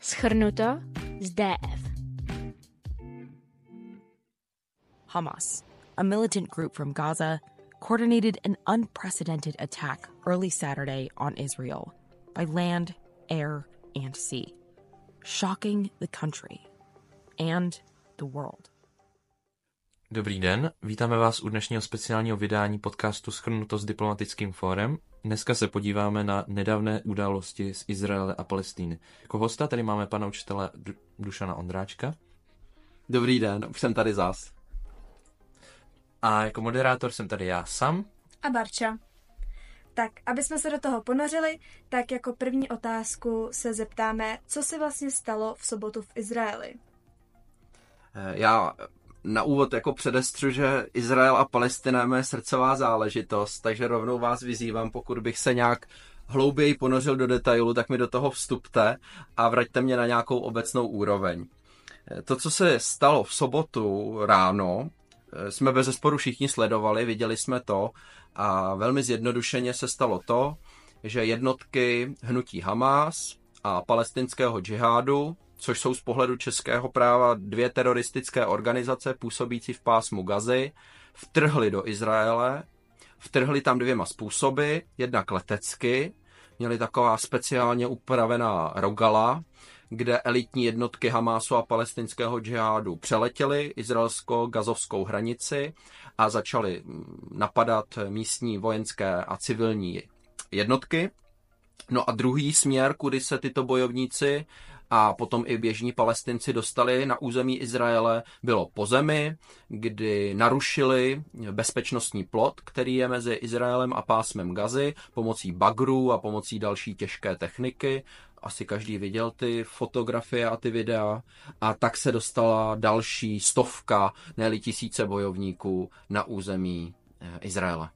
Shrnuto z DF. Hamas, a militant group from Gaza, coordinated an unprecedented attack early Saturday on Israel by land, air, and sea, shocking the country and the world. Dobrý den, vítáme vás u dnešního speciálního vydání podcastu Shrnuto s diplomatickým fórem. Dneska se podíváme na nedávné události z Izraele a Palestiny. Jako hosta tady máme pana učitele Dušana Ondráčka. Dobrý den, už jsem tady zas. A jako moderátor jsem tady já Sam. A Barča. Tak, aby jsme se do toho ponořili, tak jako první otázku se zeptáme, co se vlastně stalo v sobotu v Izraeli. Já na úvod jako předestřu, že Izrael a Palestina je moje srdcová záležitost, takže rovnou vás vyzývám, pokud bych se nějak hlouběji ponořil do detailu, tak mi do toho vstupte a vraťte mě na nějakou obecnou úroveň. To, co se stalo v sobotu ráno, jsme bezesporu všichni sledovali, viděli jsme to a velmi zjednodušeně se stalo to, že jednotky hnutí Hamas a palestinského džihádu, což jsou z pohledu českého práva dvě teroristické organizace působící v pásmu Gazy, vtrhly do Izraele, vtrhly tam dvěma způsoby, jednak letecky, měli taková speciálně upravená rogala, kde elitní jednotky Hamásu a palestinského džihádu přeletěly izraelsko-gazovskou hranici a začaly napadat místní vojenské a civilní jednotky. No a druhý směr, kudy se tyto bojovníci a potom i běžní Palestinci dostali na území Izraele, bylo po zemi, kdy narušili bezpečnostní plot, který je mezi Izraelem a pásmem Gazy, pomocí bagrů a pomocí další těžké techniky. Asi každý viděl ty fotografie a ty videa. A tak se dostala další stovka, ne-li tisíce bojovníků na území Izraele.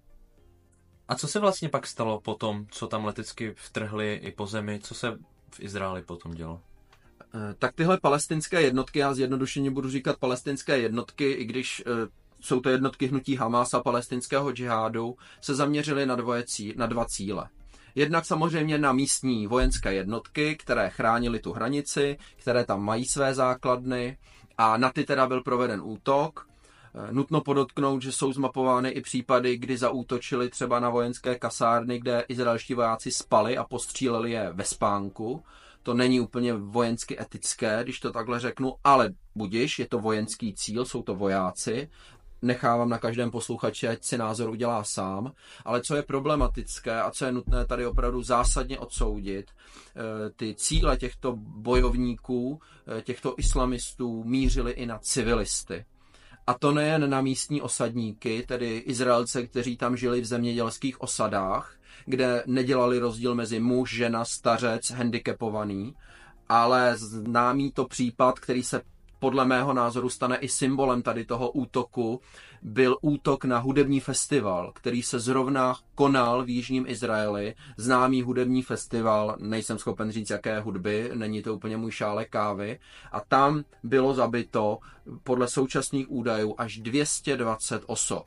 A co se vlastně pak stalo po tom, co tam letecky vtrhli i po zemi, co se v Izraeli potom dělo? Tak tyhle palestinské jednotky, já zjednodušeně budu říkat palestinské jednotky, i když jsou to jednotky hnutí Hamas a palestinského džihádu, se zaměřily na dva cíle. Jednak samozřejmě na místní vojenské jednotky, které chránily tu hranici, které tam mají své základny a na ty teda byl proveden útok. Nutno podotknout, že jsou zmapovány i případy, kdy zaútočili třeba na vojenské kasárny, kde izraelští vojáci spali a postříleli je ve spánku. To není úplně vojensky etické, když to takhle řeknu, ale budiš, je to vojenský cíl, jsou to vojáci. Nechávám na každém posluchači, ať si názor udělá sám. Ale co je problematické a co je nutné tady opravdu zásadně odsoudit, ty cíle těchto bojovníků, těchto islamistů mířily i na civilisty. A to nejen na místní osadníky, tedy Izraelce, kteří tam žili v zemědělských osadách, kde nedělali rozdíl mezi muž, žena, stařec, handicapovaný, ale známý to případ, který se podle mého názoru stane i symbolem tady toho útoku, byl útok na hudební festival, který se zrovna konal v jižním Izraeli. Známý hudební festival, nejsem schopen říct, jaké hudby, není to úplně můj šálek kávy. A tam bylo zabito podle současných údajů až 220 osob.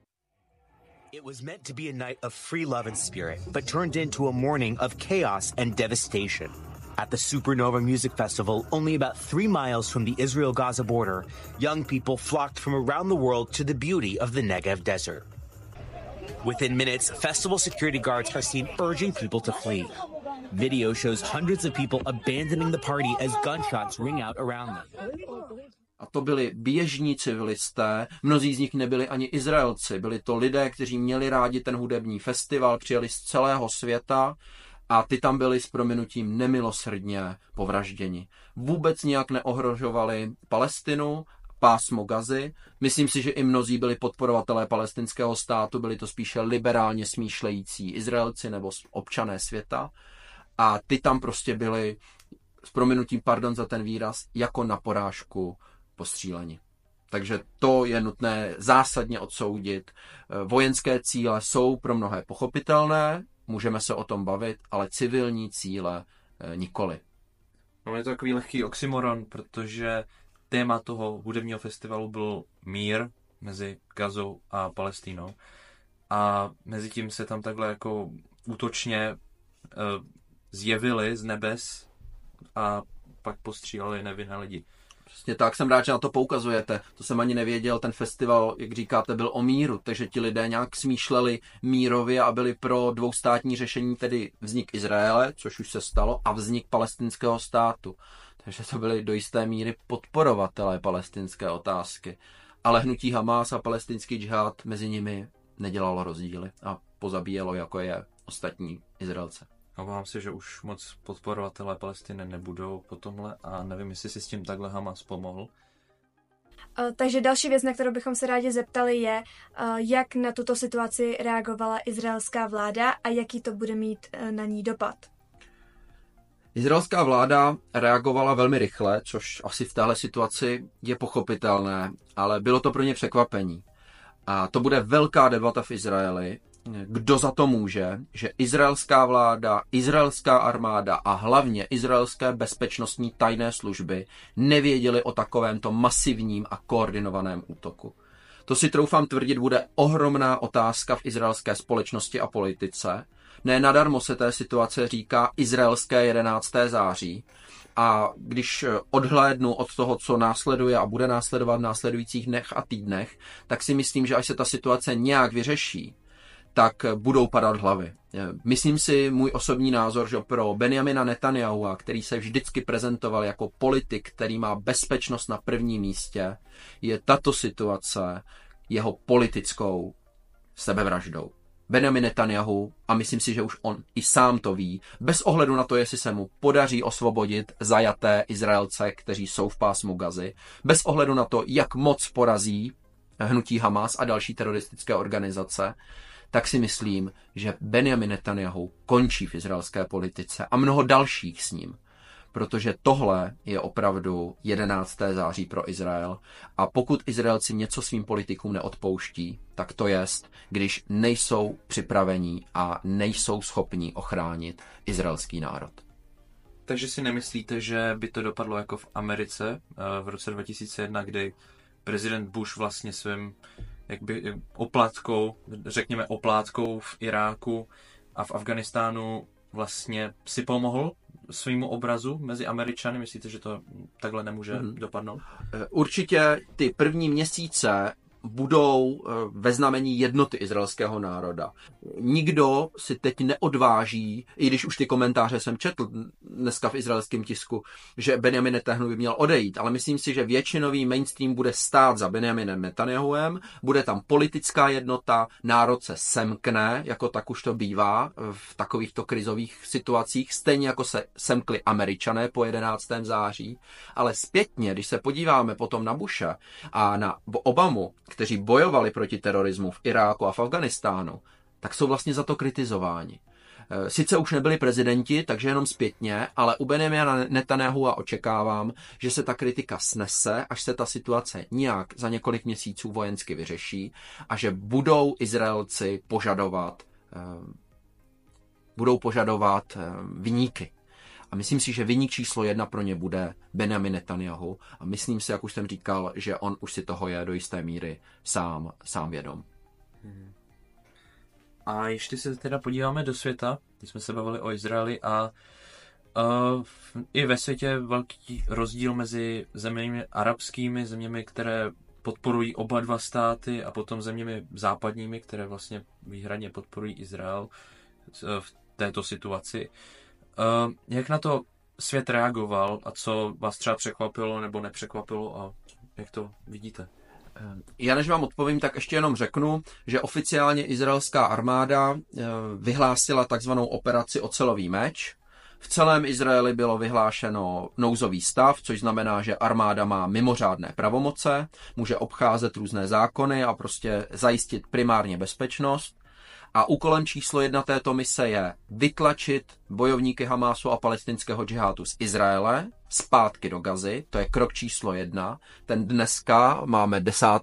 It was meant to be a night of free love and spirit, but turned into a morning of chaos and devastation. At the Supernova Music Festival, only about 3 miles from the Israel-Gaza border, young people flocked from around the world to the beauty of the Negev desert. Within minutes, festival security guards are seen urging people to flee. Video shows hundreds of people abandoning the party as gunshots ring out around them. A to byli běžní civilisté, mnozí z nich nebyli ani Izraelci, byli to lidé, kteří měli rádi ten hudební festival, přijeli z celého světa a ty tam byli s prominutím nemilosrdně povražděni. Vůbec nijak neohrožovali Palestinu, pásmo Gazy. Myslím si, že i mnozí byli podporovatelé palestinského státu, byli to spíše liberálně smýšlející Izraelci nebo občané světa. A ty tam prostě byli, s prominutím, pardon za ten výraz, jako na porážku postříleni. Takže to je nutné zásadně odsoudit. Vojenské cíle jsou pro mnohé pochopitelné, můžeme se o tom bavit, ale civilní cíle nikoli. No, je to takový lehký oxymoron, protože téma toho hudebního festivalu byl mír mezi Gazou a Palestínou. A mezi tím se tam takhle jako útočně zjevili z nebes a pak postříleli nevinné lidi. Přesně tak, jsem rád, že na to poukazujete. To jsem ani nevěděl, ten festival, jak říkáte, byl o míru, takže ti lidé nějak smýšleli mírově a byli pro dvoustátní řešení, tedy vznik Izraele, což už se stalo, a vznik palestinského státu. Takže to byly do jisté míry podporovatelé palestinské otázky. Ale hnutí Hamás a palestinský džihad mezi nimi nedělalo rozdíly a pozabíjelo, jako je ostatní Izraelce. Obávám se, že už moc podporovatelé Palestiny nebudou po tomhle a nevím, jestli si s tím takhle Hamas pomohl. Takže další věc, na kterou bychom se rádi zeptali, je, jak na tuto situaci reagovala izraelská vláda a jaký to bude mít na ní dopad. Izraelská vláda reagovala velmi rychle, což asi v téhle situaci je pochopitelné, ale bylo to pro ně překvapení. A to bude velká debata v Izraeli, kdo za to může, že izraelská vláda, izraelská armáda a hlavně izraelské bezpečnostní tajné služby nevěděly o takovémto masivním a koordinovaném útoku. To si troufám tvrdit bude ohromná otázka v izraelské společnosti a politice. Ne nadarmo se té situace říká izraelské 11. září. A když odhlédnu od toho, co následuje a bude následovat v následujících dnech a týdnech, tak si myslím, že až se ta situace nějak vyřeší, tak budou padat hlavy. Myslím si, můj osobní názor, že pro Benjamina Netanyahua, který se vždycky prezentoval jako politik, který má bezpečnost na prvním místě, je tato situace jeho politickou sebevraždou. Benjamin Netanyahu, a myslím si, že už on i sám to ví, bez ohledu na to, jestli se mu podaří osvobodit zajaté Izraelce, kteří jsou v pásmu Gazy, bez ohledu na to, jak moc porazí hnutí Hamas a další teroristické organizace, tak si myslím, že Benjamin Netanyahu končí v izraelské politice a mnoho dalších s ním. Protože tohle je opravdu 11. září pro Izrael a pokud Izraelci něco svým politikům neodpouští, tak to jest, když nejsou připravení a nejsou schopni ochránit izraelský národ. Takže si nemyslíte, že by to dopadlo jako v Americe v roce 2001, kdy prezident Bush vlastně svým oplátkou v Iráku a v Afghánistánu vlastně si pomohl svýmu obrazu mezi Američany? Myslíte, že to takhle nemůže dopadnout? Určitě ty první měsíce budou ve znamení jednoty izraelského národa. Nikdo si teď neodváží, i když už ty komentáře jsem četl dneska v izraelském tisku, že Benjamin Netanyahu by měl odejít, ale myslím si, že většinový mainstream bude stát za Benjaminem Netanyahuem, bude tam politická jednota, národ se semkne, jako tak už to bývá v takovýchto krizových situacích, stejně jako se semkli Američané po 11. září, ale zpětně, když se podíváme potom na Bushe a na Obamu, kteří bojovali proti terorismu v Iráku a v Afghánistánu, tak jsou vlastně za to kritizováni. Sice už nebyli prezidenti, takže jenom zpětně, ale u Benjamina Netanyahua očekávám, že se ta kritika snese, až se ta situace nějak za několik měsíců vojensky vyřeší a že budou Izraelci požadovat viníky. A myslím si, že viník číslo 1 pro ně bude Benjamin Netanyahu. A myslím si, jak už jsem říkal, že on už si toho je do jisté míry sám vědom. A ještě se teda podíváme do světa, když jsme se bavili o Izraeli a i ve světě je velký rozdíl mezi zeměmi arabskými, zeměmi, které podporují oba dva státy a potom zeměmi západními, které vlastně výhradně podporují Izrael v této situaci. Jak na to svět reagoval a co vás třeba překvapilo nebo nepřekvapilo a jak to vidíte? Já než vám odpovím, tak ještě jenom řeknu, že oficiálně izraelská armáda vyhlásila takzvanou operaci Ocelový meč. V celém Izraeli bylo vyhlášeno nouzový stav, což znamená, že armáda má mimořádné pravomoce, může obcházet různé zákony a prostě zajistit primárně bezpečnost. A úkolem číslo 1 této mise je vytlačit bojovníky Hamásu a palestinského džihádu z Izraele zpátky do Gazy. To je krok číslo 1. Ten dneska máme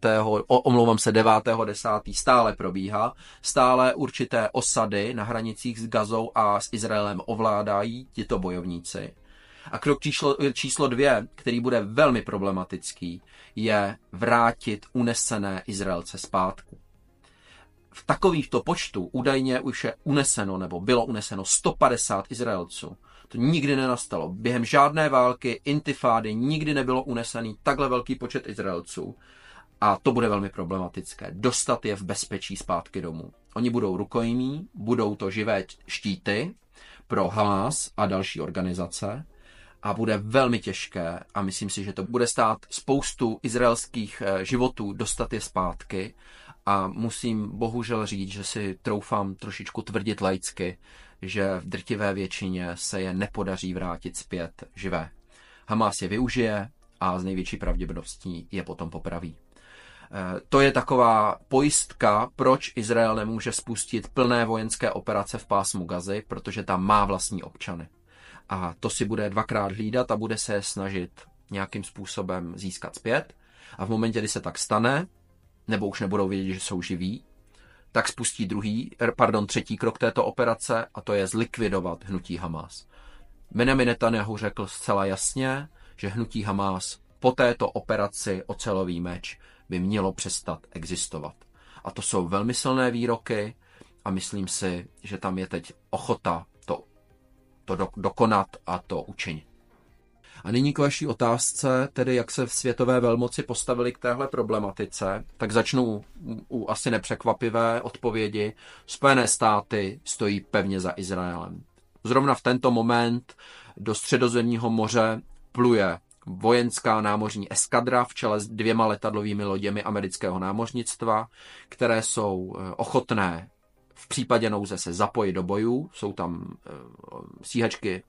9.10. stále probíhá. Stále určité osady na hranicích s Gazou a s Izraelem ovládají tito bojovníci. A krok číslo 2, který bude velmi problematický, je vrátit unesené Izraelce zpátky. v takovýchto počtu údajně už je uneseno nebo bylo uneseno 150 Izraelců. To nikdy nenastalo. Během žádné války, intifády nikdy nebylo unesený takhle velký počet Izraelců. A to bude velmi problematické. Dostat je v bezpečí zpátky domů. Oni budou rukojmí, budou to živé štíty pro Hamas a další organizace a bude velmi těžké a myslím si, že to bude stát spoustu izraelských životů dostat je zpátky a musím bohužel říct, že si troufám trošičku tvrdit laicky, že v drtivé většině se je nepodaří vrátit zpět živé. Hamas je využije a z největší pravděpodobností je potom popraví. To je taková pojistka, proč Izrael nemůže spustit plné vojenské operace v pásmu Gazy, protože tam má vlastní občany. A to si bude dvakrát hlídat a bude se snažit nějakým způsobem získat zpět. A v momentě, kdy se tak stane, nebo už nebudou vědět, že jsou živí, tak spustí třetí krok této operace a to je zlikvidovat hnutí Hamas. Benjamin Netanjahu řekl zcela jasně, že hnutí Hamas po této operaci ocelový meč by mělo přestat existovat. A to jsou velmi silné výroky a myslím si, že tam je teď ochota to dokonat a to učinit. A nyní k vaší otázce, tedy jak se světové velmoci postavili k téhle problematice, tak začnu u asi nepřekvapivé odpovědi. Spojené státy stojí pevně za Izraelem. Zrovna v tento moment do Středozemního moře pluje vojenská námořní eskadra v čele s 2 letadlovými loděmi amerického námořnictva, které jsou ochotné v případě nouze se zapojit do bojů. Jsou tam stíhačky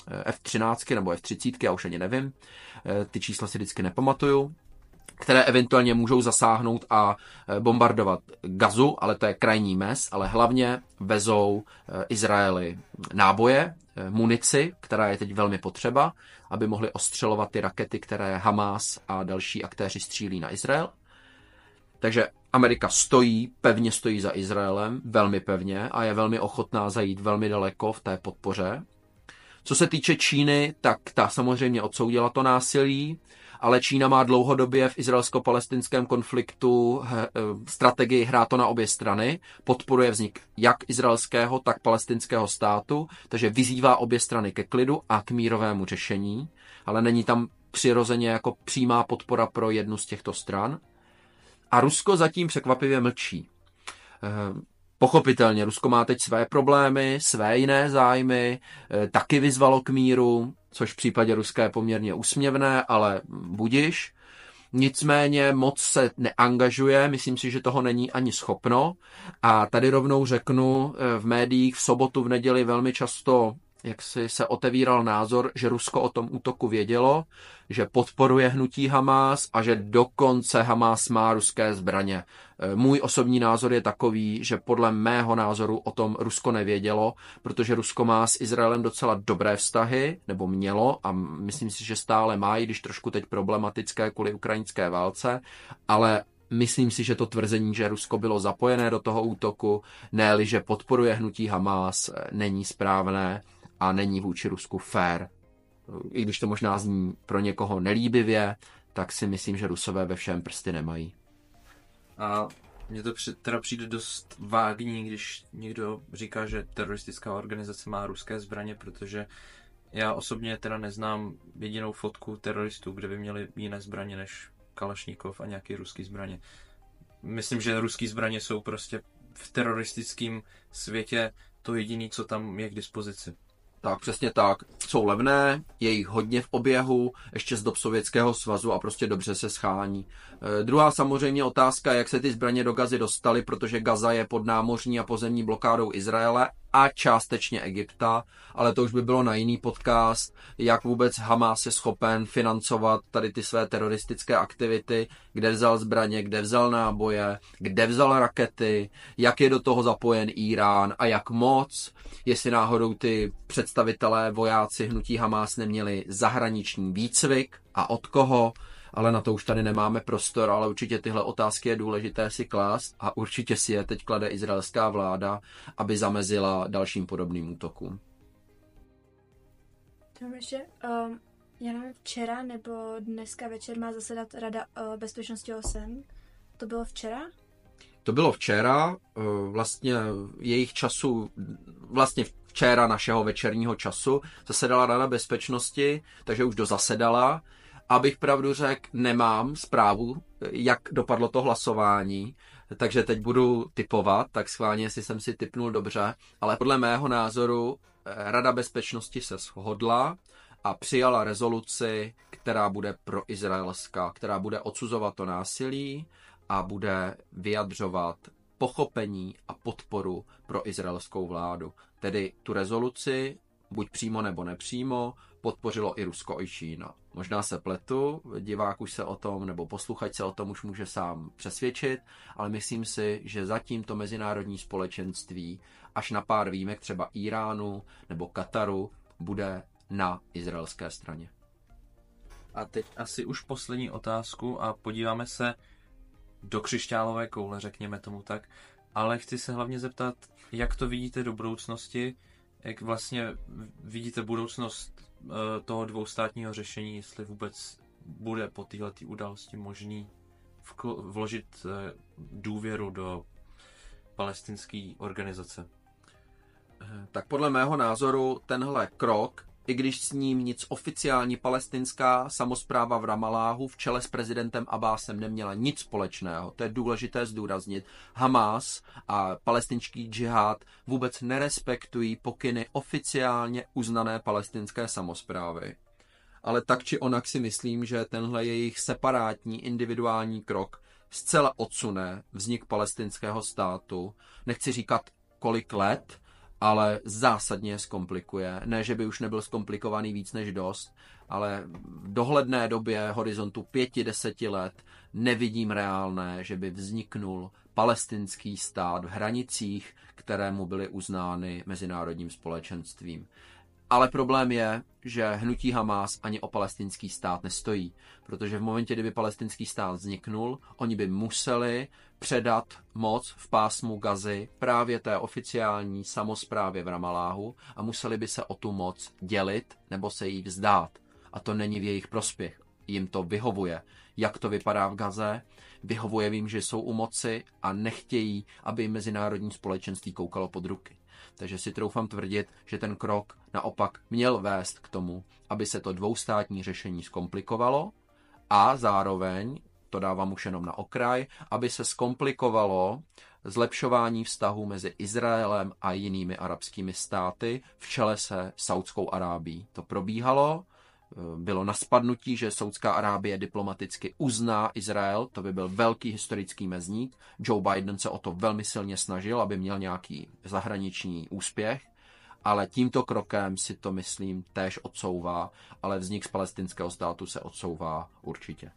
F-13 nebo F-30, já už ani nevím, ty čísla si vždycky nepamatuju, které eventuálně můžou zasáhnout a bombardovat Gazu, ale to je krajní mez, ale hlavně vezou Izraeli náboje, munici, která je teď velmi potřeba, aby mohli ostřelovat ty rakety, které Hamas a další aktéři střílí na Izrael. Takže Amerika pevně stojí za Izraelem, velmi pevně a je velmi ochotná zajít velmi daleko v té podpoře. Co se týče Číny, tak ta samozřejmě odsoudila to násilí, ale Čína má dlouhodobě v izraelsko-palestinském konfliktu strategii hrát to na obě strany, podporuje vznik jak izraelského, tak palestinského státu, takže vyzývá obě strany ke klidu a k mírovému řešení, ale není tam přirozeně jako přímá podpora pro jednu z těchto stran. A Rusko zatím překvapivě mlčí. Pochopitelně, Rusko má teď své problémy, své jiné zájmy, taky vyzvalo k míru, což v případě Ruska je poměrně úsměvné, ale budiš. Nicméně moc se neangažuje, myslím si, že toho není ani schopno. A tady rovnou řeknu, v médiích v sobotu, v neděli velmi často jak si se otevíral názor, že Rusko o tom útoku vědělo, že podporuje hnutí Hamas a že dokonce Hamas má ruské zbraně. Můj osobní názor je takový, že podle mého názoru o tom Rusko nevědělo, protože Rusko má s Izraelem docela dobré vztahy, nebo mělo, a myslím si, že stále má, i když trošku teď problematické kvůli ukrajinské válce, ale myslím si, že to tvrzení, že Rusko bylo zapojené do toho útoku, ne-li, že podporuje hnutí Hamas, není správné a není vůči Rusku fair. I když to možná zní pro někoho nelíbivě, tak si myslím, že Rusové ve všem prsty nemají. A mně to teda přijde dost vágní, když někdo říká, že teroristická organizace má ruské zbraně, protože já osobně teda neznám jedinou fotku teroristů, kde by měli jiné zbraně než Kalašníkov a nějaký ruský zbraně. Myslím, že ruský zbraně jsou prostě v teroristickém světě to jediné, co tam je k dispozici. Tak, přesně tak. Jsou levné, je jich hodně v oběhu, ještě z dob Sovětského svazu a prostě dobře se schání. Druhá samozřejmě otázka, jak se ty zbraně do Gazy dostaly, protože Gaza je pod námořní a pozemní blokádou Izraele a částečně Egypta, ale to už by bylo na jiný podcast, jak vůbec Hamas je schopen financovat tady ty své teroristické aktivity, kde vzal zbraně, kde vzal náboje, kde vzal rakety, jak je do toho zapojen Irán a jak moc, jestli náhodou ty představitelé, vojáci hnutí Hamas neměli zahraniční výcvik a od koho, ale na to už tady nemáme prostor, ale určitě tyhle otázky je důležité si klást a určitě si je teď klade izraelská vláda, aby zamezila dalším podobným útokům. Tam ještě, já nevím, včera nebo dneska večer má zasedat Rada bezpečnosti OSN. To bylo včera? To bylo včera, vlastně jejich času, vlastně včera našeho večerního času zasedala Rada bezpečnosti, takže už dozasedala. Abych pravdu řekl, nemám zprávu, jak dopadlo to hlasování, takže teď budu tipovat, tak schválně, jestli jsem si tipnul dobře, ale podle mého názoru Rada bezpečnosti se shodla a přijala rezoluci, která bude proizraelská, která bude odsuzovat to násilí a bude vyjadřovat pochopení a podporu pro izraelskou vládu. Tedy tu rezoluci, buď přímo nebo nepřímo, podpořilo i Rusko, i Čína. Možná se pletu, divák už se o tom, nebo posluchač se o tom už může sám přesvědčit, ale myslím si, že zatím to mezinárodní společenství, až na pár výjimek třeba Iránu nebo Kataru, bude na izraelské straně. A teď asi už poslední otázku a podíváme se do křišťálové koule, řekněme tomu tak, ale chci se hlavně zeptat, jak to vidíte do budoucnosti, jak vlastně vidíte budoucnost toho dvoustátního řešení, jestli vůbec bude po této události možný vložit důvěru do palestinské organizace. Tak podle mého názoru tenhle krok, i když s ním nic oficiální palestinská samospráva v Ramalláhu v čele s prezidentem Abbásem neměla nic společného, to je důležité zdůraznit. Hamás a palestinský džihád vůbec nerespektují pokyny oficiálně uznané palestinské samosprávy. Ale tak či onak si myslím, že tenhle jejich separátní individuální krok zcela odsune vznik palestinského státu. Nechci říkat kolik let, ale zásadně zkomplikuje. Ne, že by už nebyl zkomplikovaný víc než dost, ale v dohledné době horizontu 5-10 let nevidím reálné, že by vzniknul palestinský stát v hranicích, které mu byly uznány mezinárodním společenstvím. Ale problém je, že hnutí Hamás ani o palestinský stát nestojí, protože v momentě, kdyby palestinský stát vzniknul, oni by museli předat moc v pásmu Gazy právě té oficiální samosprávě v Ramalláhu a museli by se o tu moc dělit nebo se jí vzdát. A to není v jejich prospěch. Jim to vyhovuje. Jak to vypadá v Gaze? Vyhovuje jim, že jsou u moci a nechtějí, aby jim mezinárodní společenství koukalo pod ruky. Takže si troufám tvrdit, že ten krok naopak měl vést k tomu, aby se to dvoustátní řešení zkomplikovalo a zároveň, to dávám už jenom na okraj, aby se zkomplikovalo zlepšování vztahů mezi Izraelem a jinými arabskými státy v čele se Saudskou Arábií. To probíhalo, bylo na spadnutí, že Saudská Arábie diplomaticky uzná Izrael, to by byl velký historický mezník. Joe Biden se o to velmi silně snažil, aby měl nějaký zahraniční úspěch, ale tímto krokem si to, myslím, též odsouvá, ale vznik z palestinského státu se odsouvá určitě.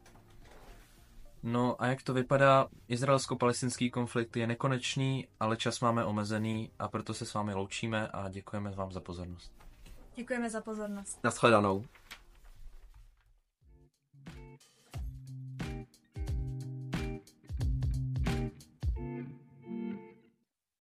No a jak to vypadá? Izraelsko-palestinský konflikt je nekonečný, ale čas máme omezený a proto se s vámi loučíme a děkujeme vám za pozornost. Děkujeme za pozornost. Nashledanou.